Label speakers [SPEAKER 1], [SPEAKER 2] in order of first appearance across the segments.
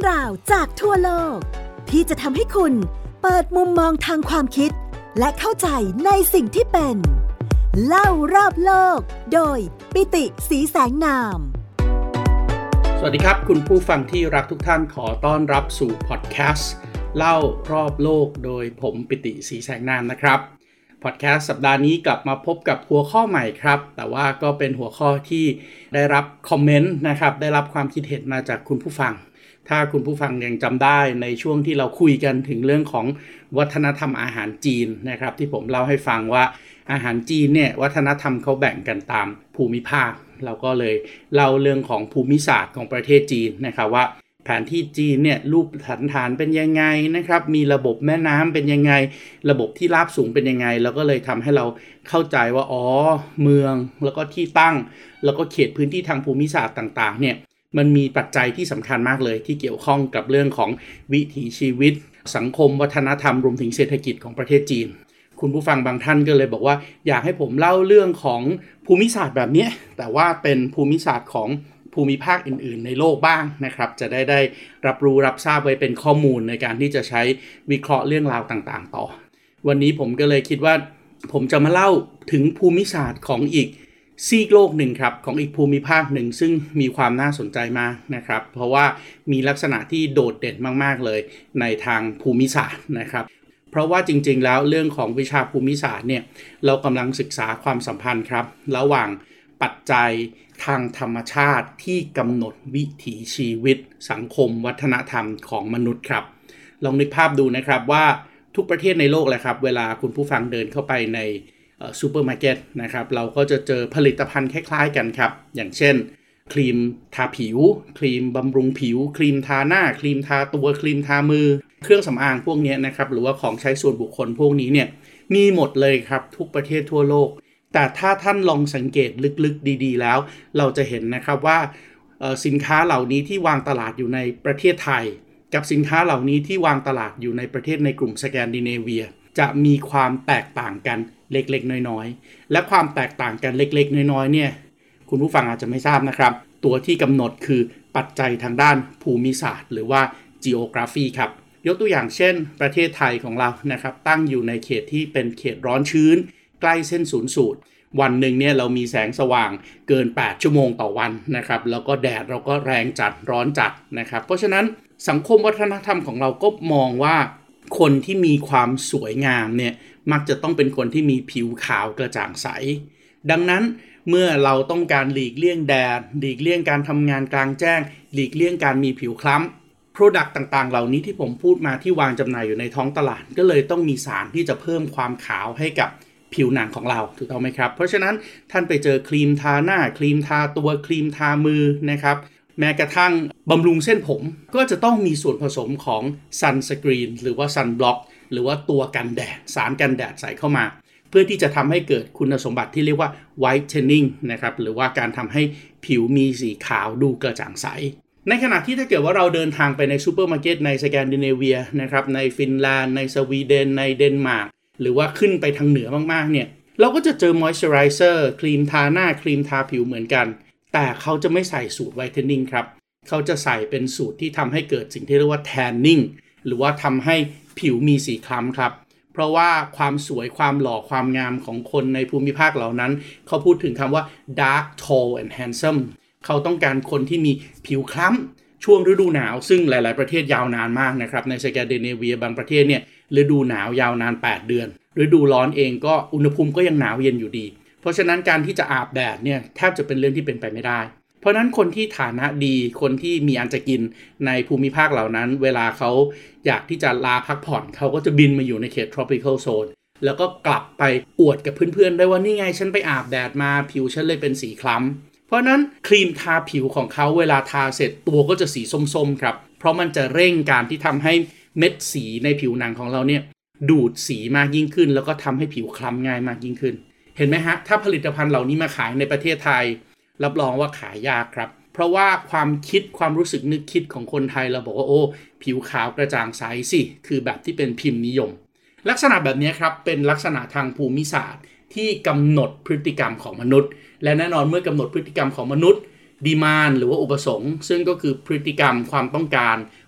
[SPEAKER 1] ราวจากทั่วโลกที่จะทำให้คุณเปิดมุมมองทางความคิดและเข้าใจในสิ่งที่เป็นเล่ารอบโลกโดยปิติศรีแสงนาม
[SPEAKER 2] สวัสดีครับคุณผู้ฟังที่รักทุกท่านขอต้อนรับสู่พอดแคสต์เล่ารอบโลกโดยผมปิติศรีแสงนามนะครับพอดแคสต์สัปดาห์นี้กลับมาพบกับหัวข้อใหม่ครับแต่ว่าก็เป็นหัวข้อที่ได้รับคอมเมนต์นะครับได้รับความคิดเห็นมาจากคุณผู้ฟังถ้าคุณผู้ฟังยังจำได้ในช่วงที่เราคุยกันถึงเรื่องของวัฒนธรรมอาหารจีนนะครับที่ผมเล่าให้ฟังว่าอาหารจีนเนี่ยวัฒนธรรมเขาแบ่งกันตามภูมิภาคเราก็เลยเล่าเรื่องของภูมิศาสตร์ของประเทศจีนนะครับว่าแผนที่จีนเนี่ยรูปสันฐานเป็นยังไงนะครับมีระบบแม่น้ำเป็นยังไงระบบที่ราบสูงเป็นยังไงแล้วก็เลยทำให้เราเข้าใจว่าเมืองแล้วก็ที่ตั้งแล้วก็เขตพื้นที่ทางภูมิศาสตร์ต่างๆเนี่ยมันมีปัจจัยที่สำคัญมากเลยที่เกี่ยวข้องกับเรื่องของวิถีชีวิตสังคมวัฒนธรรมรวมถึงเศรษฐกิจของประเทศจีนคุณผู้ฟังบางท่านก็เลยบอกว่าอยากให้ผมเล่าเรื่องของภูมิศาสตร์แบบนี้แต่ว่าเป็นภูมิศาสตร์ของภูมิภาคอื่นๆในโลกบ้างนะครับจะได้รับรู้รับทราบไว้เป็นข้อมูลในการที่จะใช้วิเคราะห์เรื่องราวต่างๆต่อวันนี้ผมก็เลยคิดว่าผมจะมาเล่าถึงภูมิศาสตร์ของอีกซีกโลกหนึ่งครับของอีกภูมิภาคหนึ่งซึ่งมีความน่าสนใจมากนะครับเพราะว่ามีลักษณะที่โดดเด่นมากๆเลยในทางภูมิศาสตร์นะครับเพราะว่าจริงๆแล้วเรื่องของวิชาภูมิศาสตร์เนี่ยเรากำลังศึกษาความสัมพันธ์ครับระหว่างปัจจัยทางธรรมชาติที่กำหนดวิถีชีวิตสังคมวัฒนธรรมของมนุษย์ครับลองนึกภาพดูนะครับว่าทุกประเทศในโลกแหละครับเวลาคุณผู้ฟังเดินเข้าไปในซูเปอร์มาร์เก็ตนะครับเราก็จะเจอผลิตภัณฑ์คล้ายๆกันครับอย่างเช่นครีมทาผิวครีมบำรุงผิวครีมทาหน้าครีมทาตัวครีมทามือเครื่องสำอางพวกนี้นะครับหรือว่าของใช้ส่วนบุคคลพวกนี้เนี่ยมีหมดเลยครับทุกประเทศทั่วโลกแต่ถ้าท่านลองสังเกตลึกๆดีๆแล้วเราจะเห็นนะครับว่าสินค้าเหล่านี้ที่วางตลาดอยู่ในประเทศไทยกับสินค้าเหล่านี้ที่วางตลาดอยู่ในประเทศในกลุ่มสแกนดิเนเวียจะมีความแตกต่างกันเล็กๆน้อยๆและความแตกต่างกันเล็กๆน้อยๆเนี่ยคุณผู้ฟังอาจจะไม่ทราบนะครับตัวที่กำหนดคือปัจจัยทางด้านภูมิศาสตร์หรือว่า geography ครับยกตัวอย่างเช่นประเทศไทยของเรานะครับตั้งอยู่ในเขตที่เป็นเขตร้อนชื้นใกล้เส้นศูนย์สูตรวันหนึ่งเนี่ยเรามีแสงสว่างเกิน8ชั่วโมงต่อวันนะครับแล้วก็แดดเราก็แรงจัดร้อนจัดนะครับเพราะฉะนั้นสังคมวัฒนธรรมของเราก็มองว่าคนที่มีความสวยงามเนี่ยมักจะต้องเป็นคนที่มีผิวขาวกระจ่างใสดังนั้นเมื่อเราต้องการหลีกเลี่ยงแดดหลีกเลี่ยงการทำงานกลางแจ้งหลีกเลี่ยงการมีผิวคล้ำ Product ต่างๆเหล่านี้ที่ผมพูดมาที่วางจำหน่ายอยู่ในท้องตลาดก็เลยต้องมีสารที่จะเพิ่มความขาวให้กับผิวหนังของเราถูกต้องไหมครับเพราะฉะนั้นท่านไปเจอครีมทาหน้าครีมทาตัวครีมทามือนะครับแม้กระทั่งบำรุงเส้นผมก็จะต้องมีส่วนผสมของซันสกรีนหรือว่าซันบล็อกหรือว่าตัวกันแดดสารกันแดดใส่เข้ามาเพื่อที่จะทำให้เกิดคุณสมบัติที่เรียกว่า whitening นะครับหรือว่าการทำให้ผิวมีสีขาวดูกระจ่างใสในขณะที่ถ้าเกิดว่าเราเดินทางไปในซูเปอร์มาร์เก็ตในสแกนดิเนเวียนะครับในฟินแลนด์ในสวีเดนในเดนมาร์กหรือว่าขึ้นไปทางเหนือมากๆเนี่ยเราก็จะเจอมอยส์เจอไรเซอร์ครีมทาหน้าครีมทาผิวเหมือนกันแต่เขาจะไม่ใส่สูตรไวท์เทนนิ่งครับเขาจะใส่เป็นสูตรที่ทำให้เกิดสิ่งที่เรียกว่าแทนนิ่งหรือว่าทำให้ผิวมีสีคล้ำครับเพราะว่าความสวยความหล่อความงามของคนในภูมิภาคเหล่านั้นเขาพูดถึงคำว่า dark tall and handsome เขาต้องการคนที่มีผิวคล้ำช่วงฤดูหนาวซึ่งหลายๆประเทศยาวนานมากนะครับในสแกนดิเนเวียบางประเทศเนี่ยฤดูหนาวยาวนาน8เดือนฤดูร้อนเองก็อุณหภูมิก็ยังหนาวเย็นอยู่ดีเพราะฉะนั้นการที่จะอาบแดดเนี่ยแทบจะเป็นเรื่องที่เป็นไปไม่ได้เพราะนั้นคนที่ฐานะดีคนที่มีอันจะกินในภูมิภาคเหล่านั้นเวลาเขาอยากที่จะลาพักผ่อนเขาก็จะบินมาอยู่ในเขต tropical zone แล้วก็กลับไปอวดกับเพื่อนๆได้ว่านี่ไงฉันไปอาบแดดมาผิวฉันเลยเป็นสีคล้ำเพราะนั้นครีมทาผิวของเขาเวลาทาเสร็จตัวก็จะสีส้มๆครับเพราะมันจะเร่งการที่ทำให้เม็ดสีในผิวหนังของเราเนี่ยดูดสีมากยิ่งขึ้นแล้วก็ทำให้ผิวคล้ำง่ายมากยิ่งขึ้นเห็นไหมฮะถ้าผลิตภัณฑ์เหล่านี้มาขายในประเทศไทยรับรองว่าขายยากครับเพราะว่าความคิดความรู้สึกนึกคิดของคนไทยเราบอกว่าโอ้ผิวขาวกระจ่างใสสิคือแบบที่เป็นพิมพ์นิยมลักษณะแบบนี้ครับเป็นลักษณะทางภูมิศาสตร์ที่กำหนดพฤติกรรมของมนุษย์และแน่นอนเมื่อกำหนดพฤติกรรมของมนุษย์ demand หรือว่าอุปสงค์ซึ่งก็คือพฤติกรรมความต้องการ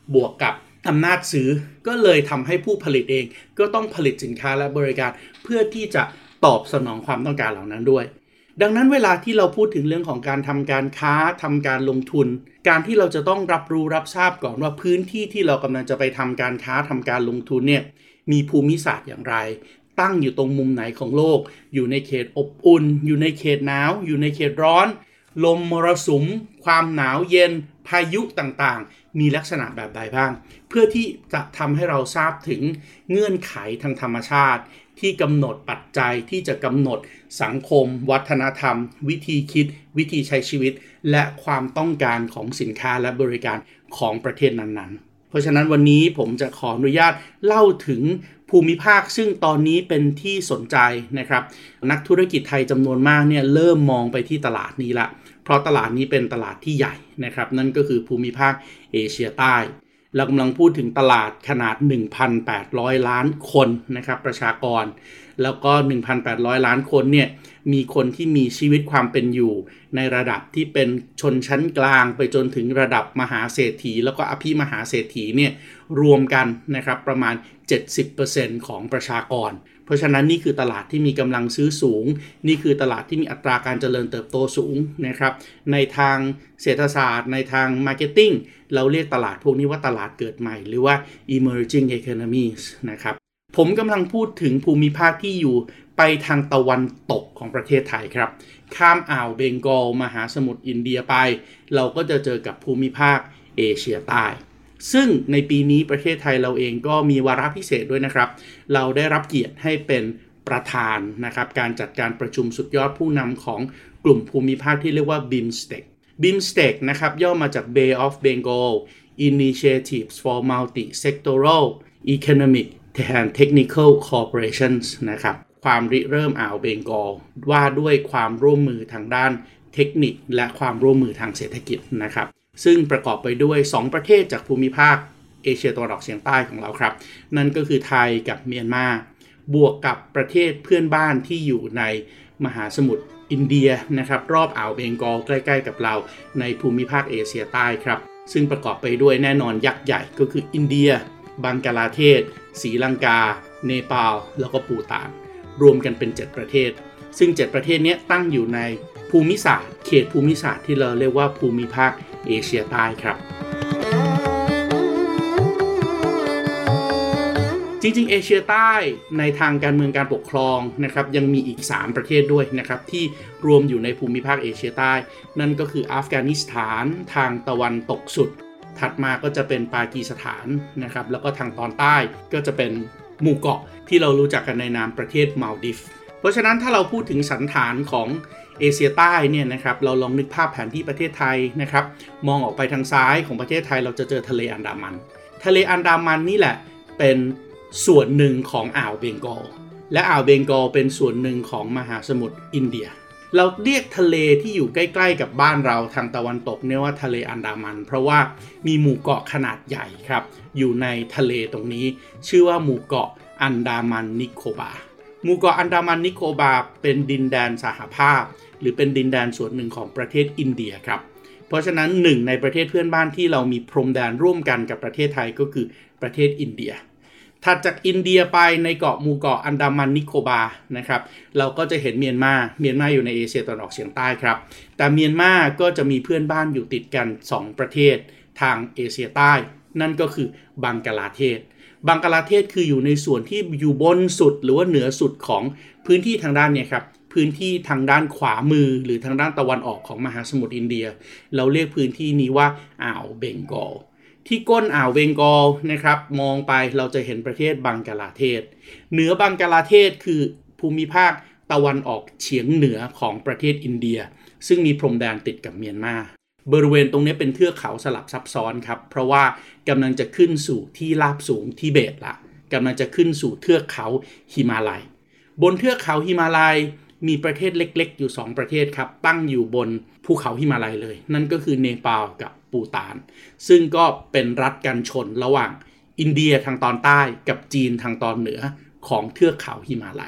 [SPEAKER 2] บวกกับอำนาจซื้อก็เลยทำให้ผู้ผลิตเองก็ต้องผลิตสินค้าและบริการเพื่อที่จะตอบสนองความต้องการเหล่านั้นด้วยดังนั้นเวลาที่เราพูดถึงเรื่องของการทำการค้าทำการลงทุนการที่เราจะต้องรับรู้รับทราบก่อนว่าพื้นที่ที่เรากำลังจะไปทำการค้าทำการลงทุนเนี่ยมีภูมิศาสตร์อย่างไรตั้งอยู่ตรงมุมไหนของโลกอยู่ในเขตอบอุ่นอยู่ในเขตหนาวอยู่ในเขตร้อนลมมรสุมความหนาวเย็นพายุต่างๆมีลักษณะแบบใดบ้างเพื่อที่จะทำให้เราทราบถึงเงื่อนไขทางธรรมชาติที่กำหนดปัจจัยที่จะกำหนดสังคมวัฒนธรรมวิธีคิดวิธีใช้ชีวิตและความต้องการของสินค้าและบริการของประเทศนั้นๆเพราะฉะนั้นวันนี้ผมจะขออนุญาตเล่าถึงภูมิภาคซึ่งตอนนี้เป็นที่สนใจนะครับนักธุรกิจไทยจำนวนมากเนี่ยเริ่มมองไปที่ตลาดนี้ละเพราะตลาดนี้เป็นตลาดที่ใหญ่นะครับนั่นก็คือภูมิภาคเอเชียใต้เรากำลังพูดถึงตลาดขนาด 1,800 ล้านคนนะครับประชากรแล้วก็ 1,800 ล้านคนเนี่ยมีคนที่มีชีวิตความเป็นอยู่ในระดับที่เป็นชนชั้นกลางไปจนถึงระดับมหาเศรษฐีแล้วก็อภิมหาเศรษฐีเนี่ยรวมกันนะครับประมาณ 70% ของประชากรเพราะฉะนั้นนี่คือตลาดที่มีกำลังซื้อสูงนี่คือตลาดที่มีอัตราการเจริญเติบโตสูงนะครับในทางเศรษฐศาสตร์ในทางมาร์เก็ตติ้งเราเรียกตลาดพวกนี้ว่าตลาดเกิดใหม่หรือว่า emerging economies นะครับผมกำลังพูดถึงภูมิภาคที่อยู่ไปทางตะวันตกของประเทศไทยครับข้ามอ่าวเบงกอลมหาสมุทรอินเดียไปเราก็จะเจอกับภูมิภาคเอเชียใต้ซึ่งในปีนี้ประเทศไทยเราเองก็มีวาระพิเศษด้วยนะครับเราได้รับเกียรติให้เป็นประธานนะครับการจัดการประชุมสุดยอดผู้นำของกลุ่มภูมิภาคที่เรียกว่า BIMSTEC นะครับย่อมาจาก Bay of Bengal Initiatives for Multi-Sectoral Economic and Technical Cooperations นะครับความริเริ่มอ่าวเบงกอลว่าด้วยความร่วมมือทางด้านเทคนิคและความร่วมมือทางเศรษฐกิจนะครับซึ่งประกอบไปด้วย2ประเทศจากภูมิภาคเอเชียตะวันออกเฉียงใต้ของเราครับนั่นก็คือไทยกับเมียนมาบวกกับประเทศเพื่อนบ้านที่อยู่ในมหาสมุทรอินเดียนะครับรอบอ่าวเบงกอลใกล้ๆกับเราในภูมิภาคเอเชียใต้ครับซึ่งประกอบไปด้วยแน่นอนยักษ์ใหญ่ก็คืออินเดียบังกลาเทศศรีลังกาเนปาลแล้วก็ปูฏานรวมกันเป็น7ประเทศซึ่ง7ประเทศนี้ตั้งอยู่ในภูมิศาสตร์เขตภูมิศาสตร์ที่เราเรียกว่าภูมิภาคเอเชียใต้ครับจริงๆเอเชียใต้ในทางการเมืองการปกครองนะครับยังมีอีก3ประเทศด้วยนะครับที่รวมอยู่ในภูมิภาคเอเชียใต้นั่นก็คืออัฟกานิสถานทางตะวันตกสุดถัดมาก็จะเป็นปากีสถานนะครับแล้วก็ทางตอนใต้ก็จะเป็นหมู่เกาะที่เรารู้จักกันในนามประเทศมัลดิฟเพราะฉะนั้นถ้าเราพูดถึงสันฐานของเอเชียใต้เนี่ยนะครับเราลองนึกภาพแผนที่ประเทศไทยนะครับมองออกไปทางซ้ายของประเทศไทยเราจะเจอทะเลอันดามันทะเลอันดามันนี่แหละเป็นส่วนหนึ่งของอ่าวเบงกอลและอ่าวเบงกอลเป็นส่วนหนึ่งของมหาสมุทรอินเดียเราเรียกทะเลที่อยู่ใกล้ๆกับบ้านเราทางตะวันตกเนี่ยว่าทะเลอันดามันเพราะว่ามีหมู่เกาะขนาดใหญ่ครับอยู่ในทะเลตรงนี้ชื่อว่าหมู่เกาะอันดามันนิโคบาร์หมู่เกาะอันดามันนิโคบาร์เป็นดินแดนสหภาพหรือเป็นดินแดนส่วนหนึ่งของประเทศอินเดียครับเพราะฉะนั้นหนึ่งในประเทศเพื่อนบ้านที่เรามีพรมแดนร่วมกันกับประเทศไทยก็คือประเทศอินเดียถัดจากอินเดียไปในเกาะหมู่เกาะอันดามันนิโคบาร์นะครับเราก็จะเห็นเมียนมาอยู่ในเอเชียตะวันออกเฉียงใต้ครับแต่เมียนมาก็จะมีเพื่อนบ้านอยู่ติดกัน2ประเทศทางเอเชียใต้นั่นก็คือบังกลาเทศคืออยู่ในส่วนที่อยู่บนสุดหรือว่าเหนือสุดของพื้นที่ทางด้านเนี่ยครับพื้นที่ทางด้านขวามือหรือทางด้านตะวันออกของมหาสมุทรอินเดียเราเรียกพื้นที่นี้ว่าอ่าวเบงกอลที่ก้นอ่าวเบงกอลนะครับมองไปเราจะเห็นประเทศบังกลาเทศเหนือบังกลาเทศคือภูมิภาคตะวันออกเฉียงเหนือของประเทศอินเดียซึ่งมีพรมแดนติดกับเมียนมาบริเวณตรงนี้เป็นเทือกเขาสลับซับซ้อนครับเพราะว่ากำลังจะขึ้นสู่ที่ราบสูงทิเบตละกำลังจะขึ้นสู่เทือกเขาหิมาลัยบนเทือกเขาหิมาลัยมีประเทศเล็กๆอยู่2ประเทศครับตั้งอยู่บนภูเขาหิมาลัยเลยนั่นก็คือเนปาลกับปูฏานซึ่งก็เป็นรัฐกันชนระหว่างอินเดียทางตอนใต้กับจีนทางตอนเหนือของเทือกเขาหิมาลัย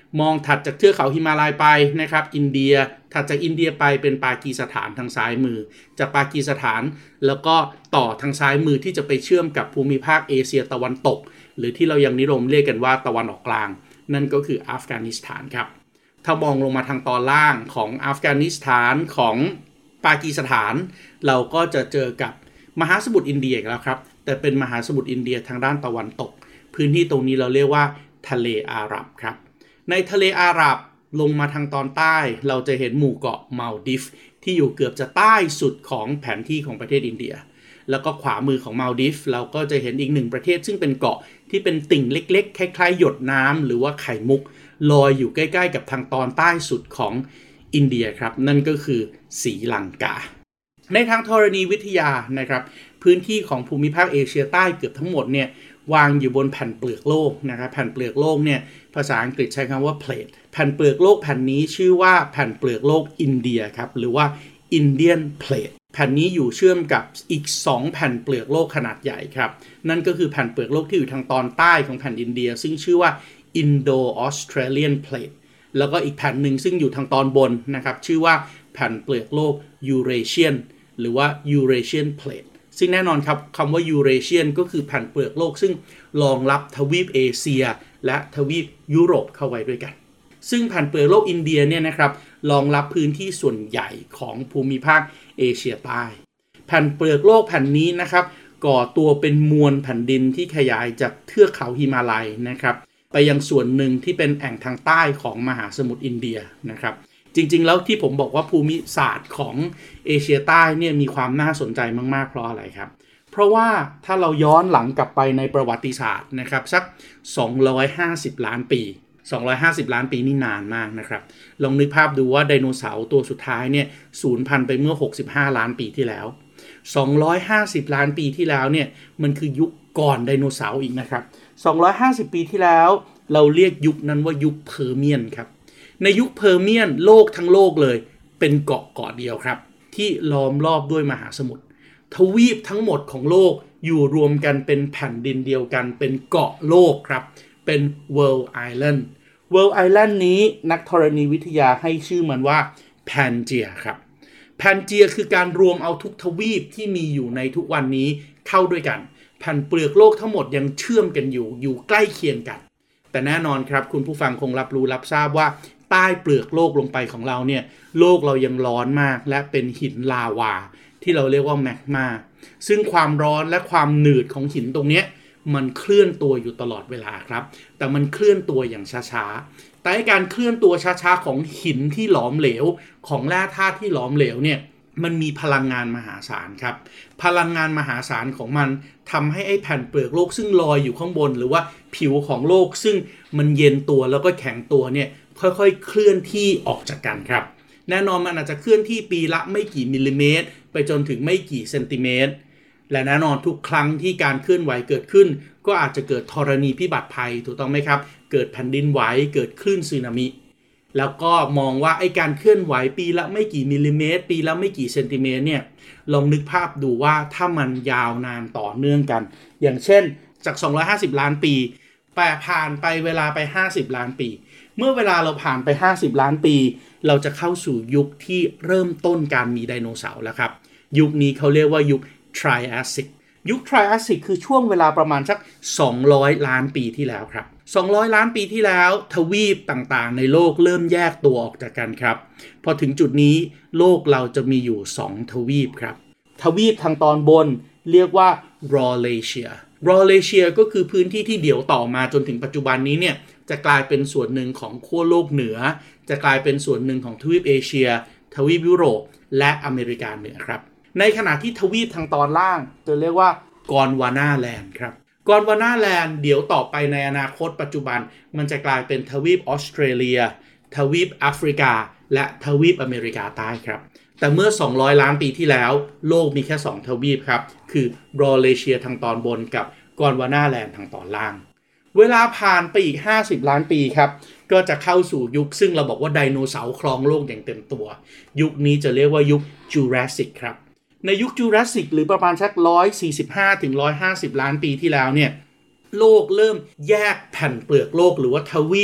[SPEAKER 2] มองถัดจากเทือกเขาหิมาลัยไปนะครับอินเดียถัดจากอินเดียไปเป็นปากีสถานทางซ้ายมือจากปากีสถานแล้วก็ต่อทางซ้ายมือที่จะไปเชื่อมกับภูมิภาคเอเชียตะวันตกหรือที่เรายังนิยมเรียกกันว่าตะวันออกกลางนั่นก็คืออัฟกานิสถานครับถ้ามองลงมาทางตอนล่างของอัฟกานิสถานของปากีสถานเราก็จะเจอกับมหาสมุทรอินเดียแล้วครับแต่เป็นมหาสมุทรอินเดียทางด้านตะวันตกพื้นที่ตรงนี้เราเรียกว่าทะเลอาหรับครับในทะเลอาหรับลงมาทางตอนใต้เราจะเห็นหมู่เกาะมัลดิฟที่อยู่เกือบจะใต้สุดของแผนที่ของประเทศอินเดียแล้วก็ขวามือของมัลดิฟเราก็จะเห็นอีกหนึ่งประเทศซึ่งเป็นเกาะที่เป็นติ่งเล็กๆคล้ายๆหยดน้ำหรือว่าไข่มุกลอยอยู่ใกล้ๆกับทางตอนใต้สุดของอินเดียครับนั่นก็คือศรีลังกาในทางธรณีวิทยานะครับพื้นที่ของภูมิภาคเอเชียใต้เกือบทั้งหมดเนี่ยวางอยู่บนแผ่นเปลือกโลกนะครับแผ่นเปลือกโลกเนี่ยภาษาอังกฤษใช้คำว่า plate แผ่นเปลือกโลกแผ่นนี้ชื่อว่าแผ่นเปลือกโลกอินเดียครับหรือว่า Indian plate แผ่นนี้อยู่เชื่อมกับอีก2แผ่นเปลือกโลกขนาดใหญ่ครับนั่นก็คือแผ่นเปลือกโลกที่อยู่ทางตอนใต้ของแผ่นอินเดียซึ่งชื่อว่า Indo-Australian plate แล้วก็อีกแผ่นหนึ่งซึ่งอยู่ทางตอนบนนะครับชื่อว่าแผ่นเปลือกโลก Eurasian หรือว่า Eurasian plate ซึ่งแน่นอนครับคำว่า Eurasian ก็คือแผ่นเปลือกโลกซึ่งรองรับทวีปเอเชียและทวีปยุโรปเข้าไว้ด้วยกันซึ่งแผ่นเปลือกโลกอินเดียเนี่ยนะครับรองรับพื้นที่ส่วนใหญ่ของภูมิภาคเอเชียใต้แผ่นเปลือกโลกแผ่นนี้นะครับก่อตัวเป็นมวลแผ่นดินที่ขยายจากเทือกเขาหิมาลัยนะครับไปยังส่วนหนึ่งที่เป็นแอ่งทางใต้ของมหาสมุทรอินเดียนะครับจริงๆแล้วที่ผมบอกว่าภูมิศาสตร์ของเอเชียใต้เนี่ยมีความน่าสนใจมากๆเพราะอะไรครับเพราะว่าถ้าเราย้อนหลังกลับไปในประวัติศาสตร์นะครับสัก250ล้านปี250ล้านปีนี่นานมากนะครับลองนึกภาพดูว่าไดโนเสาร์ตัวสุดท้ายเนี่ยสูญพันธุ์ไปเมื่อ65ล้านปีที่แล้ว250ล้านปีที่แล้วเนี่ยมันคือยุคก่อนไดโนเสาร์อีกนะครับ250ปีที่แล้วเราเรียกยุคนั้นว่ายุคเพอร์เมียนครับในยุคเพอร์เมียนโลกทั้งโลกเลยเป็นเกาะเดียวครับที่ล้อมรอบด้วยมหาสมุทรทวีปทั้งหมดของโลกอยู่รวมกันเป็นแผ่นดินเดียวกันเป็นเกาะโลกครับเป็น World Island World Island นี้นักธรณีวิทยาให้ชื่อมันว่า Pangaea ครับแพนเจียคือการรวมเอาทุกทวีปที่มีอยู่ในทุกวันนี้เข้าด้วยกันแผ่นเปลือกโลกทั้งหมดยังเชื่อมกันอยู่ใกล้เคียงกันแต่แน่นอนครับคุณผู้ฟังคงรับรู้รับทราบว่าใต้เปลือกโลกลงไปของเราเนี่ยโลกเรายังร้อนมากและเป็นหินลาวาที่เราเรียกว่าแมกมาซึ่งความร้อนและความหนืดของหินตรงนี้มันเคลื่อนตัวอยู่ตลอดเวลาครับแต่มันเคลื่อนตัวอย่างช้าๆแต่การเคลื่อนตัวช้าๆของหินที่หลอมเหลวของแร่ธาตุที่หลอมเหลวเนี่ยมันมีพลังงานมหาศาลครับพลังงานมหาศาลของมันทำให้ไอ้แผ่นเปลือกโลกซึ่งลอยอยู่ข้างบนหรือว่าผิวของโลกซึ่งมันเย็นตัวแล้วก็แข็งตัวเนี่ยค่อยๆเคลื่อนที่ออกจากกันครับแน่นอนมันอาจจะเคลื่อนที่ปีละไม่กี่มิลลิเมตรไปจนถึงไม่กี่เซนติเมตรและแน่นอนทุกครั้งที่การเคลื่อนไหวเกิดขึ้นก็อาจจะเกิดธรณีพิบัติภัยถูกต้องไหมครับเกิดแผ่นดินไหวเกิดคลื่นสึนามิแล้วก็มองว่าไอ้การเคลื่อนไหวปีละไม่กี่มิลลิเมตรปีละไม่กี่เซนติเมตรเนี่ยลองนึกภาพดูว่าถ้ามันยาวนานต่อเนื่องกันอย่างเช่นจาก250ล้านปีผ่านไปเวลาไป50ล้านปีเมื่อเวลาเราผ่านไป50ล้านปีเราจะเข้าสู่ยุคที่เริ่มต้นการมีไดโนเสาร์แล้วครับยุคนี้เขาเรียกว่ายุค Triassic ยุค Triassic คือช่วงเวลาประมาณสัก200ล้านปีที่แล้วครับ200ล้านปีที่แล้วทวีปต่างๆในโลกเริ่มแยกตัวออกจากกันครับพอถึงจุดนี้โลกเราจะมีอยู่2ทวีปครับทวีปทางตอนบนเรียกว่า Rhodesia ก็คือพื้นที่ที่เดี๋ยวต่อมาจนถึงปัจจุบันนี้เนี่ยจะกลายเป็นส่วนหนึ่งของขั้วโลกเหนือจะกลายเป็นส่วนหนึ่งของทวีปเอเชียทวีปยุโรปและอเมริกาเหนือครับในขณะที่ทวีปทางตอนล่างจะเรียกว่ากอนวานาแลนด์ครับกอนวานาแลนด์เดี๋ยวต่อไปในอนาคตปัจจุบันมันจะกลายเป็นทวีปออสเตรเลียทวีปแอฟริกาและทวีปอเมริกาใต้ครับแต่เมื่อ200ล้านปีที่แล้วโลกมีแค่2ทวีปครับคือรอเลเชียทางตอนบนกับกอนวานาแลนด์ทางตอนล่างเวลาผ่านไปอีก50ล้านปีครับก็จะเข้าสู่ยุคซึ่งเราบอกว่าไดโนเสาร์ครองโลกอย่างเต็มตัวยุคนี้จะเรียกว่ายุคจูราสสิกครับในยุคจูราสสิกหรือประมาณสัก145ถึง150ล้านปีที่แล้วเนี่ยโลกเริ่มแยกแผ่นเปลือกโลกหรือว่าทวีป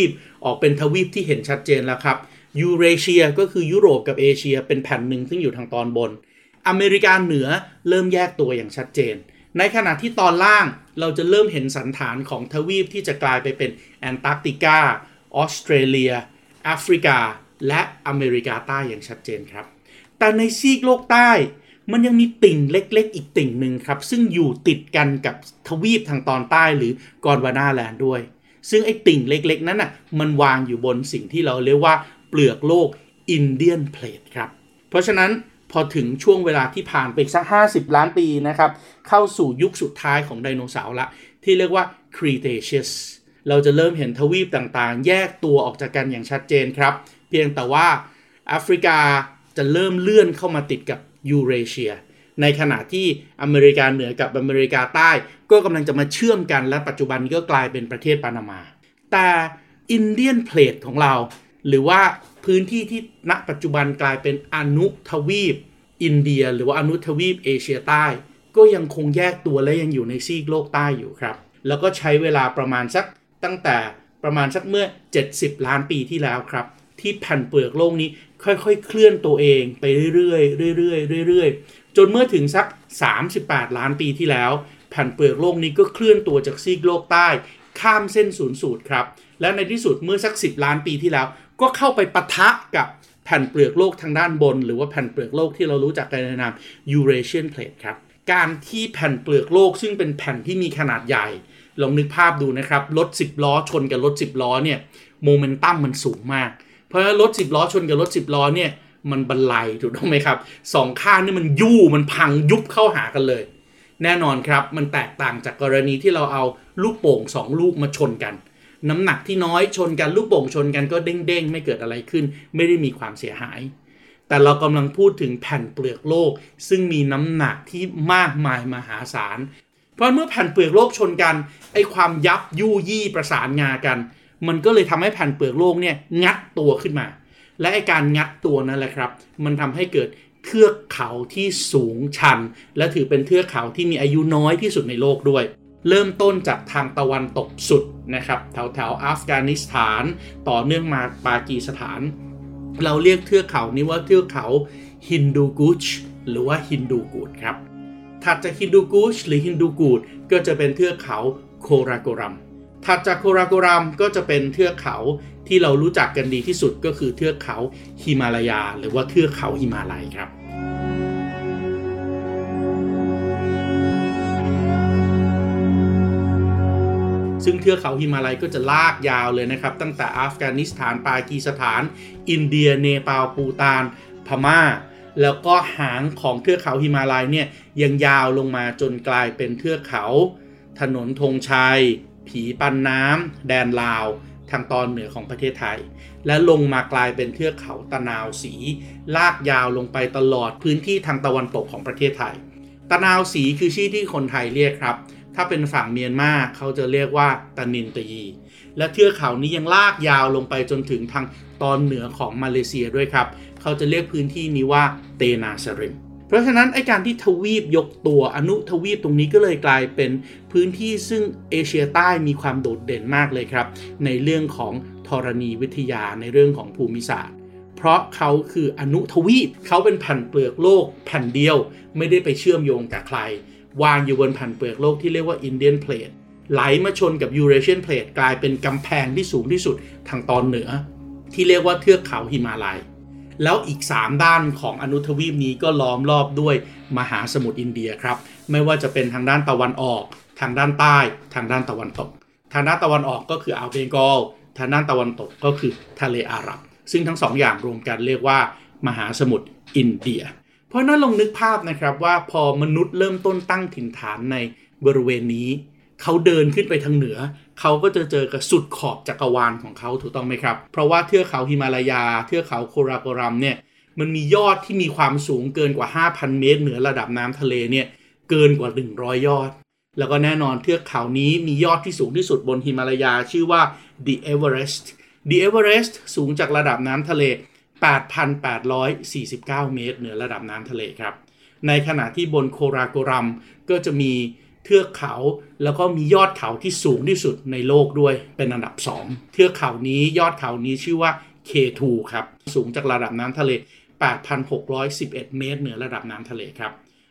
[SPEAKER 2] ออกเป็นทวีปที่เห็นชัดเจนแล้วครับยูเรเชียก็คือยุโรปกับเอเชียเป็นแผ่นหนึ่งซึ่งอยู่ทางตอนบนอเมริกาเหนือเริ่มแยกตัวอย่างชัดเจนในขณะที่ตอนล่างเราจะเริ่มเห็นสันฐานของทวีปที่จะกลายไปเป็นแอนตาร์กติกาออสเตรเลียแอฟริกาและอเมริกาใต้อย่างชัดเจนครับแต่ในซีกโลกใต้มันยังมีติ่งเล็กๆอีกติ่งหนึ่งครับซึ่งอยู่ติดกันกับทวีปทางตอนใต้หรือกอนวานาแลนด์ด้วยซึ่งไอ้ติ่งเล็กๆนั้นน่ะมันวางอยู่บนสิ่งที่เราเรียกว่าเปลือกโลกอินเดียนเพลทครับเพราะฉะนั้นพอถึงช่วงเวลาที่ผ่านไปสัก50ล้านปีนะครับเข้าสู่ยุคสุดท้ายของไดโนเสาร์ละที่เรียกว่า Cretaceous เราจะเริ่มเห็นทวีปต่างๆแยกตัวออกจากกันอย่างชัดเจนครับเพียงแต่ว่าแอฟริกาจะเริ่มเลื่อนเข้ามาติดกับยูเรเชียในขณะที่อเมริกาเหนือกับอเมริกาใต้ก็กำลังจะมาเชื่อมกันและปัจจุบันก็กลายเป็นประเทศปานามาแต่อินเดียนเพลทของเราหรือว่าพื้นที่ที่ณปัจจุบันกลายเป็นอนุทวีปอินเดียหรือว่าอนุทวีปเอเชียใต้ก็ยังคงแยกตัวและยังอยู่ในซีกโลกใต้อยู่ครับแล้วก็ใช้เวลาประมาณสักตั้งแต่ประมาณสักเมื่อ70ล้านปีที่แล้วครับที่แผ่นเปลือกโลกนี้ค่อยๆเคลื่อนตัวเองไปเรื่อยๆจนเมื่อถึงสัก38ล้านปีที่แล้วแผ่นเปลือกโลกนี้ก็เคลื่อนตัวจากซีกโลกใต้ข้ามเส้นศูนย์สูตรครับและในที่สุดเมื่อสัก10ล้านปีที่แล้วก็เข้าไปปะทะกับแผ่นเปลือกโลกทางด้านบนหรือว่าแผ่นเปลือกโลกที่เรารู้จักกันในนาม Eurasian Plate ครับการที่แผ่นเปลือกโลกซึ่งเป็นแผ่นที่มีขนาดใหญ่ลองนึกภาพดูนะครับรถ10ล้อชนกับรถ10ล้อเนี่ยโมเมนตัมมันสูงมากเพราะรถ10ล้อชนกับรถ10ล้อเนี่ยมันบรรลัยถูกต้องไหมครับสองข้างนี่มันยู่มันพังยุบเข้าหากันเลยแน่นอนครับมันแตกต่างจากกรณีที่เราเอาลูกโป่ง2ลูกมาชนกันน้ำหนักที่น้อยชนกันลูกโป่งชนกันก็เด้งๆไม่เกิดอะไรขึ้นไม่ได้มีความเสียหายแต่เรากำลังพูดถึงแผ่นเปลือกโลกซึ่งมีน้ำหนักที่มากมายมหาศาลเพราะเมื่อแผ่นเปลือกโลกชนกันไอ้ความยับยู่ยี่ประสานงากันมันก็เลยทำให้แผ่นเปลือกโลกเนี่ยงัดตัวขึ้นมาและไอ้การงัดตัวนั่นแหละครับมันทำให้เกิดเทือกเขาที่สูงชันและถือเป็นเทือกเขาที่มีอายุน้อยที่สุดในโลกด้วยเริ่มต้นจากทางตะวันตกสุดนะครับแถวอัฟกานิสถานต่อเนื่องมาปากีสถานเราเรียกเทือกเขานี้ว่าเทือกเขาฮินดูกุชหรือว่าฮินดูกูดครับถัดจากฮินดูกุชหรือฮินดูกูดก็จะเป็นเทือกเขาโคราโกรัมถัดจากโคราโกรัมก็จะเป็นเทือกเขาที่เรารู้จักกันดีที่สุดก็คือเทือกเขาฮิมาลายาหรือว่าเทือกเขาฮิมาลัยครับซึ่งเทือกเขาฮิมาลัยก็จะลากยาวเลยนะครับตั้งแต่อัฟกานิสถานปากีสถานอินเดียเนปาลปูตานพม่าแล้วก็หางของเทือกเขาฮิมาลัยเนี่ยยังยาวลงมาจนกลายเป็นเทือกเขาถนนธงชัยผีปันน้ำแดนลาวทางตอนเหนือของประเทศไทยและลงมากลายเป็นเทือกเขาตะนาวศรีลากยาวลงไปตลอดพื้นที่ทางตะวันตกของประเทศไทยตะนาวศรีคือชื่อที่คนไทยเรียกครับถ้าเป็นฝั่งเมียนมาเขาจะเรียกว่าตะนินตะยีและเทือกเขานี้ยังลากยาวลงไปจนถึงทางตอนเหนือของมาเลเซียด้วยครับเขาจะเรียกพื้นที่นี้ว่าเตนาสริมเพราะฉะนั้นไอ้การที่ทวีปยกตัวอนุทวีปตรงนี้ก็เลยกลายเป็นพื้นที่ซึ่งเอเชียใต้มีความโดดเด่นมากเลยครับในเรื่องของธรณีวิทยาในเรื่องของภูมิศาสตร์เพราะเขาคืออนุทวีปเขาเป็นแผ่นเปลือกโลกแผ่นเดียวไม่ได้ไปเชื่อมโยงกับใครวางอยู่บนแผ่นเปลือกโลกที่เรียกว่า Indian Plate ไหลมาชนกับ Eurasian Plate กลายเป็นกำแพงที่สูงที่สุดทางตอนเหนือที่เรียกว่าเทือกเขาหิมาลัยแล้วอีก3ด้านของอนุทวีปนี้ก็ล้อมรอบด้วยมหาสมุทรอินเดียครับไม่ว่าจะเป็นทางด้านตะวันออกทางด้านใต้ทางด้านตะวันตกทางด้านตะวันออกก็คืออ่าวเบงกอลทางด้านตะวันตกก็คือทะเลอาหรับซึ่งทั้ง2อย่างรวมกันเรียกว่ามหาสมุทรอินเดียเพราะนั้นลองนึกภาพนะครับว่าพอมนุษย์เริ่มต้นตั้งถิ่นฐานในบริเวณนี้เขาเดินขึ้นไปทางเหนือเขาก็จะเจอกับสุดขอบจักรวาลของเขาถูกต้องไหมครับเพราะว่าเทือกเขาฮิมาลายาเทือกเขาโคราโกรัมเนี่ยมันมียอดที่มีความสูงเกินกว่า 5,000 เมตรเหนือระดับน้ำทะเลเนี่ยเกินกว่า100ยอดแล้วก็แน่นอนเทือกเขานี้มียอดที่สูงที่สุดบนฮิมาลายาชื่อว่า The Everest สูงจากระดับน้ำทะเล8,849 เมตรเหนือระดับน้ำทะเลครับในขณะที่บนโคราโกรัมก็จะมีเทือกเขาแล้วก็มียอดเขาที่สูงที่สุดในโลกด้วยเป็นอันดับ2เทือกเขานี้ยอดเขานี้ชื่อว่า K2 ครับสูงจากระดับน้ำทะเล 8,611 เมตรเหนือระดับน้ำทะเลครับ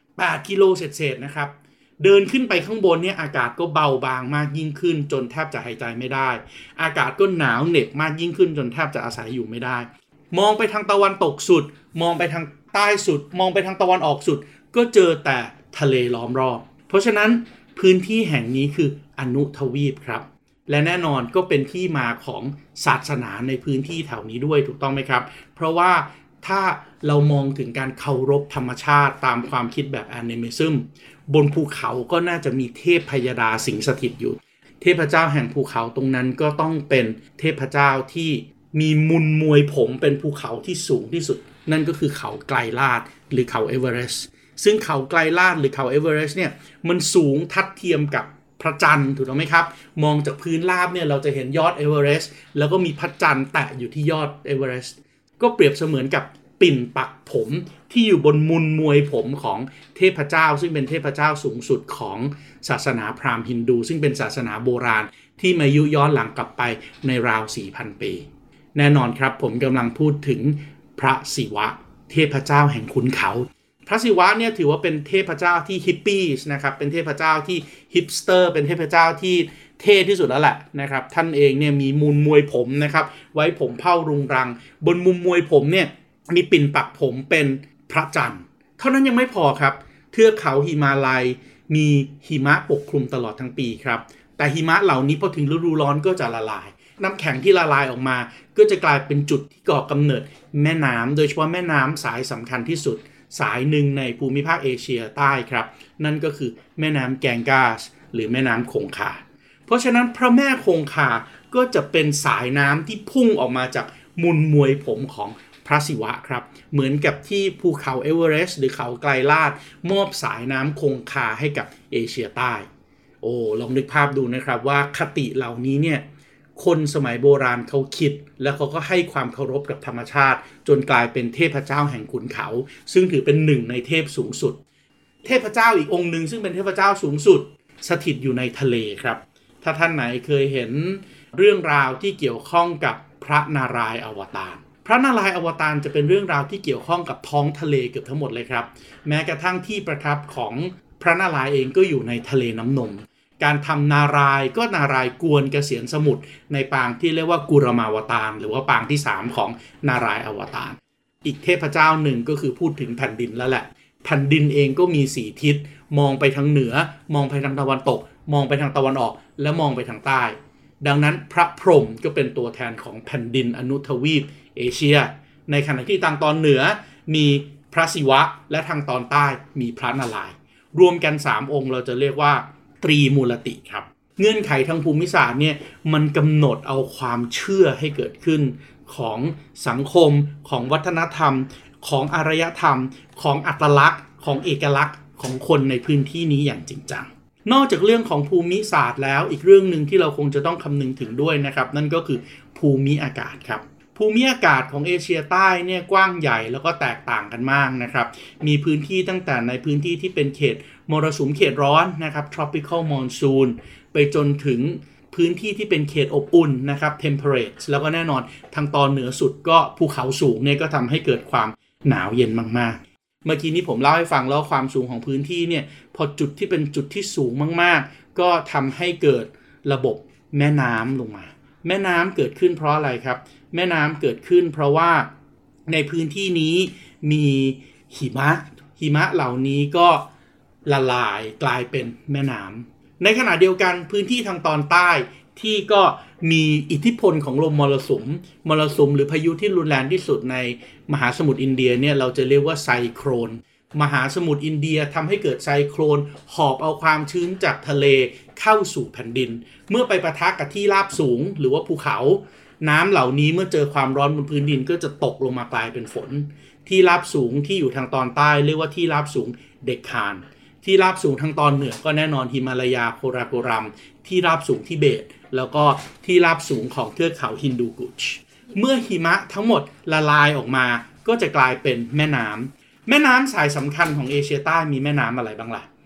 [SPEAKER 2] 8กิโลเศษๆนะครับเดินขึ้นไปข้างบนเนี่ยอากาศก็เบาบางมากยิ่งขึ้นจนแทบจะหายใจไม่ได้อากาศก็หนาวเหน็บมากยิ่งขึ้นจนแทบจะอาศัยอยู่ไม่ได้มองไปทางตะวันตกสุดมองไปทางใต้สุดมองไปทางตะวันออกสุดก็เจอแต่ทะเลล้อมรอบเพราะฉะนั้นพื้นที่แห่งนี้คืออนุทวีปครับและแน่นอนก็เป็นที่มาของศาสนาในพื้นที่แถวนี้ด้วยถูกต้องไหมครับเพราะว่าถ้าเรามองถึงการเคารพธรรมชาติตามความคิดแบบแอนิมิซึมบนภูเขาก็น่าจะมีเทพพยดาสิงสถิตอยู่เทพเจ้าแห่งภูเขาตรงนั้นก็ต้องเป็นเทพเจ้าที่มีมุนมวยผมเป็นภูเขาที่สูงที่สุดนั่นก็คือเขาไกลลาดหรือเขาเอเวอเรสต์ซึ่งเขาไกลลาดหรือเขาเอเวอเรสต์เนี่ยมันสูงทัดเทียมกับพระจันทร์ถูกต้องไหมครับมองจากพื้นราบเนี่ยเราจะเห็นยอดเอเวอเรสต์แล้วก็มีพระจันทร์แตะอยู่ที่ยอดเอเวอเรสต์ก็เปรียบเสมือนกับปิ่นปักผมที่อยู่บนมุนมวยผมของเทพเจ้าซึ่งเป็นเทพเจ้าสูงสุดของศาสนาพราหมณ์ฮินดูซึ่งเป็นศาสนาโบราณที่มายุย้อนหลังกลับไปในราว 4,000 ปีแน่นอนครับผมกำลังพูดถึงพระศิวะเทพเจ้าแห่งขุนเขาพระศิวะเนี่ยถือว่าเป็นเทพเจ้าที่ฮิปปี้นะครับเป็นเทพเจ้าที่ฮิปสเตอร์เป็นเทพเจ้าที่เท่ที่สุดแล้วแหละนะครับท่านเองเนี่ยมีมุมมวยผมนะครับไว้ผมเผ้ารุงรังบนมุมมวยผมเนี่ยมีปิ่นปักผมเป็นพระจันทร์เท่านั้นยังไม่พอครับเทือกเขาหิมาลัยมีหิมะปกคลุมตลอดทั้งปีครับแต่หิมะเหล่านี้พอถึงฤดูร้อนก็จะละลายน้ำแข็งที่ละลายออกมาก็จะกลายเป็นจุดที่ก่อกำเนิดแม่น้ำโดยเฉพาะแม่น้ำสายสำคัญที่สุดสายหนึ่งในภูมิภาคเอเชียใต้ครับนั่นก็คือแม่น้ำแกงกาสหรือแม่น้ำคงคาเพราะฉะนั้นพระแม่คงคาก็จะเป็นสายน้ำที่พุ่งออกมาจากมุนมวยผมของพระศิวะครับเหมือนกับที่ภูเขาเอเวอเรสต์หรือเขาไกลลาดมอบสายน้ำคงคาให้กับเอเชียใต้โอ้ลองนึกภาพดูนะครับว่าคติเหล่านี้เนี่ยคนสมัยโบราณเขาคิดแล้วเขาก็ให้ความเคารพกับธรรมชาติจนกลายเป็นเทพเจ้าแห่งขุนเขาซึ่งถือเป็นหนึ่งในเทพสูงสุดเทพเจ้าอีกองค์หนึ่งซึ่งเป็นเทพเจ้าสูงสุดสถิตอยู่ในทะเลครับถ้าท่านไหนเคยเห็นเรื่องราวที่เกี่ยวข้องกับพระนารายณ์อวตารพระนารายณ์อวตารจะเป็นเรื่องราวที่เกี่ยวข้องกับท้องทะเลเกือบทั้งหมดเลยครับแม้กระทั่งที่ประทับของพระนารายณ์เองก็อยู่ในทะเลน้ำนมการทำนารายณ์ก็นารายณ์กวนเกษียณสมุทรในปางที่เรียกว่ากุรมาวตารหรือว่าปางที่3ของนารายณ์อวตารอีกเทพเจ้าหนึ่งก็คือพูดถึงแผ่นดินแล้วแหละแผ่นดินเองก็มี4ทิศมองไปทางเหนือมองไปทางตะวันตกมองไปทางตะวันออกและมองไปทางใต้ดังนั้นพระพรหมก็เป็นตัวแทนของแผ่นดินอนุทวีปเอเชียในขณะที่ทางตอนเหนือมีพระศิวะและทางตอนใต้มีพระนารายณ์รวมกัน3องค์เราจะเรียกว่าตรีมูลติครับเงื่อนไขทางภูมิศาสตร์เนี่ยมันกำหนดเอาความเชื่อให้เกิดขึ้นของสังคมของวัฒนธรรมของอารยธรรมของอัตลักษณ์ของเอกลักษณ์ของคนในพื้นที่นี้อย่างจริงจังนอกจากเรื่องของภูมิศาสตร์แล้วอีกเรื่องนึงที่เราคงจะต้องคำนึงถึงด้วยนะครับนั่นก็คือภูมิอากาศครับภูมิอากาศของเอเชียใต้เนี่ยกว้างใหญ่แล้วก็แตกต่างกันมากนะครับมีพื้นที่ตั้งแต่ในพื้นที่ที่เป็นเขตมรสุมเขตร้อนนะครับ tropical monsoon ไปจนถึงพื้นที่ที่เป็นเขตอบอุ่นนะครับ temperate แล้วก็แน่นอนทางตอนเหนือสุดก็ภูเขาสูงเนี่ยก็ทำให้เกิดความหนาวเย็นมากๆเมื่อกี้นี้ผมเล่าให้ฟังแล้วความสูงของพื้นที่เนี่ยพอจุดที่เป็นจุดที่สูงมากๆก็ทำให้เกิดระบบแม่น้ำลงมาแม่น้ำเกิดขึ้นเพราะอะไรครับแม่น้ำเกิดขึ้นเพราะว่าในพื้นที่นี้มีหิมะเหล่านี้ก็ละลายกลายเป็นแม่น้ำในขณะเดียวกันพื้นที่ทางตอนใต้ที่ก็มีอิทธิพลของลมมรสุมหรือพายุที่รุนแรงที่สุดในมหาสมุทรอินเดียเนี่ยเราจะเรียกว่าไซโครนมหาสมุทรอินเดียทำให้เกิดไซโครนหอบเอาความชื้นจากทะเลเข้าสู่แผ่นดินเมื่อไปปะทะกับที่ราบสูงหรือว่าภูเขาน้ำเหล่านี้เมื่อเจอความร้อนบนพื้นดินก็จะตกลงมากลายเป็นฝนที่ราบสูงที่อยู่ทางตอนใต้เรียกว่าที่ราบสูงเด็กคานที่ราบสูงทางตอนเหนือก็แน่นอนหิมาลายาโคราโกรัมที่ราบสูงทิเบตแล้วก็ที่ราบสูงของเทือกเขาฮินดูกุชเมื่อหิมะทั้งหมดละลายออกมาก็จะกลายเป็นแม่น้ำสายสำคัญของเอเชียใต้มีแม่น้ำอะไรบ้างล่ะ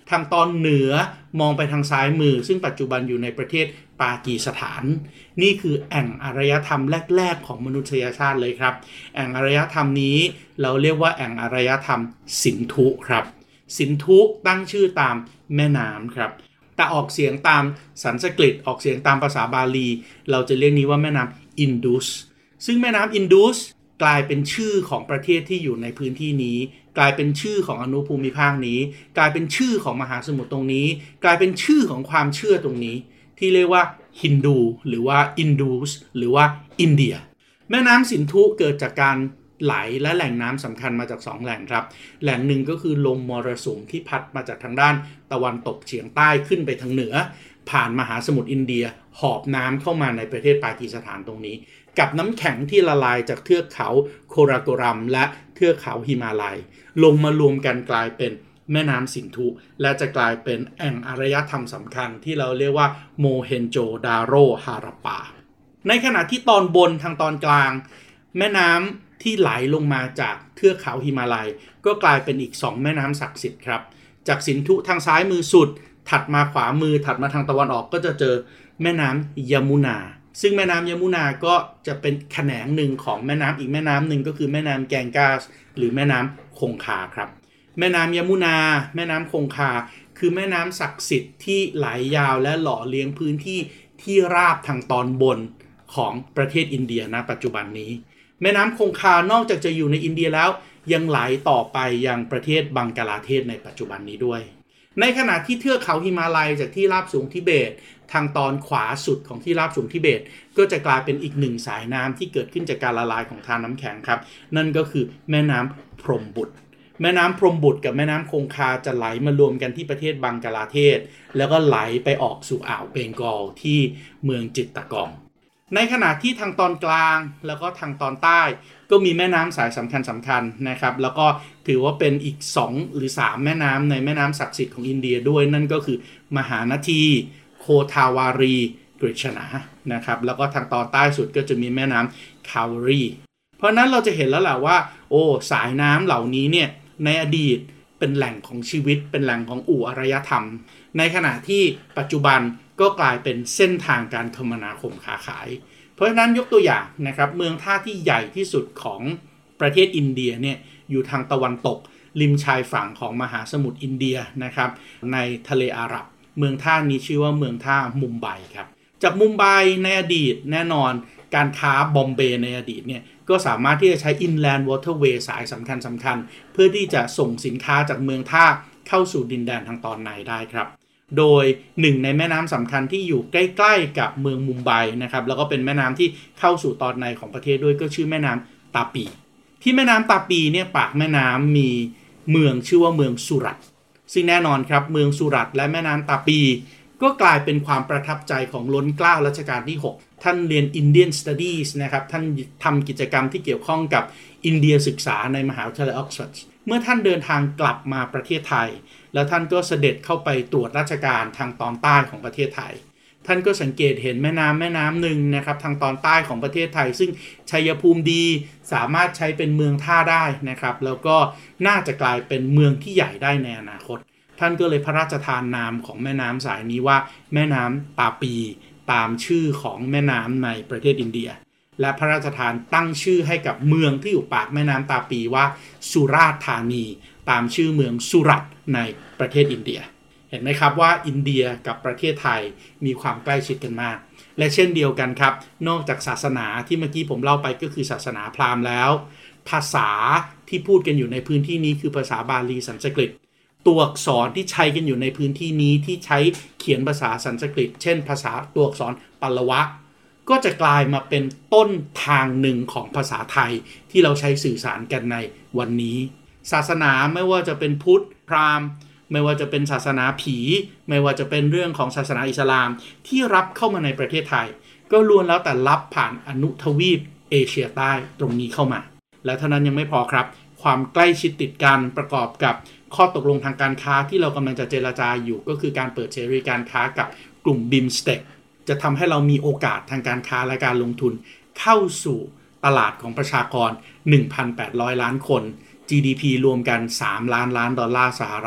[SPEAKER 2] ทางตอนเหนือมองไปทางซ้ายมือซึ่งปัจจุบันอยู่ในประเทศปากีสถานนี่คือแอ่งอารยธรรมแรกๆของมนุษยชาติเลยครับแอ่งอารยธรรมนี้เราเรียกว่าแอ่งอารยธรรมสินธุครับสินธุตั้งชื่อตามแม่น้ำครับแต่ออกเสียงตามสันสกฤตออกเสียงตามภาษาบาลีเราจะเรียกนี้ว่าแม่น้ำอินดุสซึ่งแม่น้ำอินดุสกลายเป็นชื่อของประเทศที่อยู่ในพื้นที่นี้กลายเป็นชื่อของอนุภูมิภาคนี้กลายเป็นชื่อของมหาสมุทรตรงนี้กลายเป็นชื่อของความเชื่อตรงนี้ที่เรียกว่าฮินดูหรือว่าอินดูสหรือว่าอินเดียแม่น้ำสินธุเกิดจากการไหลและแหล่งน้ำสำคัญมาจาก2แหล่งครับแหล่งหนึ่งก็คือลมมรสุมที่พัดมาจากทางด้านตะวันตกเฉียงใต้ขึ้นไปทางเหนือผ่านมหาสมุทรอินเดียหอบน้ำเข้ามาในประเทศปากีสถานตรงนี้กับน้ำแข็งที่ละลายจากเทือกเขาโคราโกรัมและเทือกเขาหิมาลัยลงมารวมกันกลายเป็นแม่น้ำสินธุและจะกลายเป็นแอ่งอารยธรรมสำคัญที่เราเรียกว่าโมเฮนโจดาโรฮาราปาในขณะที่ตอนบนทางตอนกลางแม่น้ำที่ไหลลงมาจากเทือกเขาหิมาลัยก็กลายเป็นอีก2แม่น้ำศักดิ์สิทธิ์ครับจากสินธุทางซ้ายมือสุดถัดมาขวามือถัดมาทางตะวันออกก็จะเจอแม่น้ำยมุนาซึ่งแม่น้ำยมุนาก็จะเป็นแขนงหนึ่งของแม่น้ำอีกแม่น้ำหนึ่งก็คือแม่น้ำแกงกาสหรือแม่น้ำคงคาครับแม่น้ำยมุนาแม่น้ำคงคาคือแม่น้ำศักดิ์สิทธิ์ที่ไหลยาวและหล่อเลี้ยงพื้นที่ที่ราบทางตอนบนของประเทศอินเดียณปัจจุบันนี้แม่น้ำคงคานอกจากจะอยู่ในอินเดียแล้วยังไหลต่อไปยังประเทศบังกลาเทศในปัจจุบันนี้ด้วยในขณะที่เทือกเขาหิมาลัยจากที่ราบสูงทิเบตทางตอนขวาสุดของที่ราบสูงทิเบตก็จะกลายเป็นอีกหนึ่งสายน้ำที่เกิดขึ้นจากการละลายของทานน้ำแข็งครับนั่นก็คือแม่น้ำพรหมบุตรแม่น้ำพรหมบุตรกับแม่น้ำคงคาจะไหลมารวมกันที่ประเทศบังกลาเทศแล้วก็ไหลไปออกสู่อ่าวเบงกอลที่เมืองจิตตะกองในขณะที่ทางตอนกลางแล้วก็ทางตอนใต้ก็มีแม่น้ำสายสำคัญนะครับแล้วก็ถือว่าเป็นอีก2หรือ3แม่น้ำในแม่น้ำศักดิ์สิทธิ์ของอินเดียด้วยนั่นก็คือมหานาทีโคทาวารีกฤษณานะครับแล้วก็ทางตอนใต้สุดก็จะมีแม่น้ำคาวรีเพราะนั้นเราจะเห็นแล้วแหละว่าสายน้ำเหล่านี้เนี่ยในอดีตเป็นแหล่งของชีวิตเป็นแหล่งของอารยธรรมในขณะที่ปัจจุบันก็กลายเป็นเส้นทางการคมนาคมค้าขายเพราะฉะนั้นยกตัวอย่างนะครับเมืองท่าที่ใหญ่ที่สุดของประเทศอินเดียเนี่ยอยู่ทางตะวันตกริมชายฝั่งของมหาสมุทรอินเดียนะครับในทะเลอาหรับเมืองท่านี้ชื่อว่าเมืองท่ามุมไบครับจากมุมไบในอดีตแน่นอนการค้าบอมเบย์ในอดีตเนี่ยก็สามารถที่จะใช้ Inland Waterway สายสำคัญเพื่อที่จะส่งสินค้าจากเมืองท่าเข้าสู่ดินแดนทางตอนในได้ครับโดยหนึ่งในแม่น้ำสำคัญที่อยู่ใกล้ๆกับเมืองมุมไบนะครับแล้วก็เป็นแม่น้ำที่เข้าสู่ตอนในของประเทศด้วยก็ชื่อแม่น้ำตาปีที่แม่น้ำตาปีเนี่ยปากแม่น้ำมีเมืองชื่อว่าเมืองสุรัตน์ซึ่งแน่นอนครับเมืองสุรัตน์และแม่น้ำตาปีก็กลายเป็นความประทับใจของล้นเกล้ารัชกาลที่6ท่านเรียน Indian Studies นะครับท่านทำกิจกรรมที่เกี่ยวข้องกับอินเดียศึกษาในมหาวิทยาลัยออกซฟอร์ดเมื่อท่านเดินทางกลับมาประเทศไทยแล้วท่านก็เสด็จเข้าไปตรวจราชการทางตอนใต้ของประเทศไทยท่านก็สังเกตเห็นแม่น้ำหนึ่งนะครับทางตอนใต้ของประเทศไทยซึ่งชัยภูมิดีสามารถใช้เป็นเมืองท่าได้นะครับแล้วก็น่าจะกลายเป็นเมืองที่ใหญ่ได้ในอนาคตท่านก็เลยพระราชทานนามของแม่น้ำสายนี้ว่าแม่น้ำตาปีตามชื่อของแม่น้ำในประเทศอินเดียและพระราชทานตั้งชื่อให้กับเมืองที่อยู่ปากแม่น้ำตาปีว่าสุราษฎร์ธานีตามชื่อเมืองสุรัตน์ในประเทศอินเดียเห็นไหมครับว่าอินเดียกับประเทศไทยมีความใกล้ชิดกันมากและเช่นเดียวกันครับนอกจากศาสนาที่เมื่อกี้ผมเล่าไปก็คือศาสนาพราหมณ์แล้วภาษาที่พูดกันอยู่ในพื้นที่นี้คือภาษาบาลีสันสกฤตตัวอักษรที่ใช้กันอยู่ในพื้นที่นี้ที่ใช้เขียนภาษาสันสกฤตเช่นภาษาตัวอักษรปัลลวะก็จะกลายมาเป็นต้นทางหนึ่งของภาษาไทยที่เราใช้สื่อสารกันในวันนี้ศาสนาไม่ว่าจะเป็นพุทธพราหมณ์ไม่ว่าจะเป็นศาสนาผีไม่ว่าจะเป็นเรื่องของศาสนาอิสลามที่รับเข้ามาในประเทศไทยก็ล้วนแล้วแต่รับผ่านอนุทวีปเอเชียใต้ตรงนี้เข้ามาและเท่านั้นยังไม่พอครับความใกล้ชิดติดกันประกอบกับข้อตกลงทางการค้าที่เรากำลังจะเจรจาอยู่ก็คือการเปิดเสรีการค้ากับกลุ่มบิมสเต็กจะทำให้เรามีโอกาสทางการค้าและการลงทุนเข้าสู่ตลาดของประชากร 1,800 ล้านคน GDP รวมกัน3 ล้านล้านดอลลาร์สหรัฐ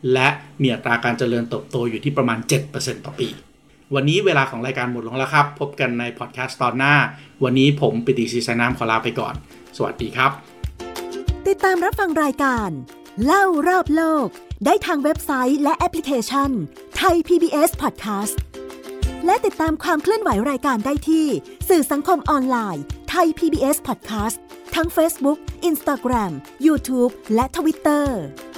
[SPEAKER 2] และมีอัตราการเจริญเติบโตอยู่ที่ประมาณ 7% ต่อปีวันนี้เวลาของรายการหมดลงแล้วครับพบกันในพอดแคสต์ตอนหน้าวันนี้ผมปิติ ศรีแสงนามขอลาไปก่อนสวัสดีครับ
[SPEAKER 1] ติดตามรับฟังรายการเล่ารอบโลกได้ทางเว็บไซต์และแอปพลิเคชัน Thai PBS Podcast และติดตามความเคลื่อนไหวรายการได้ที่สื่อสังคมออนไลน์ Thai PBS Podcast ทั้ง Facebook, Instagram, YouTube และ Twitter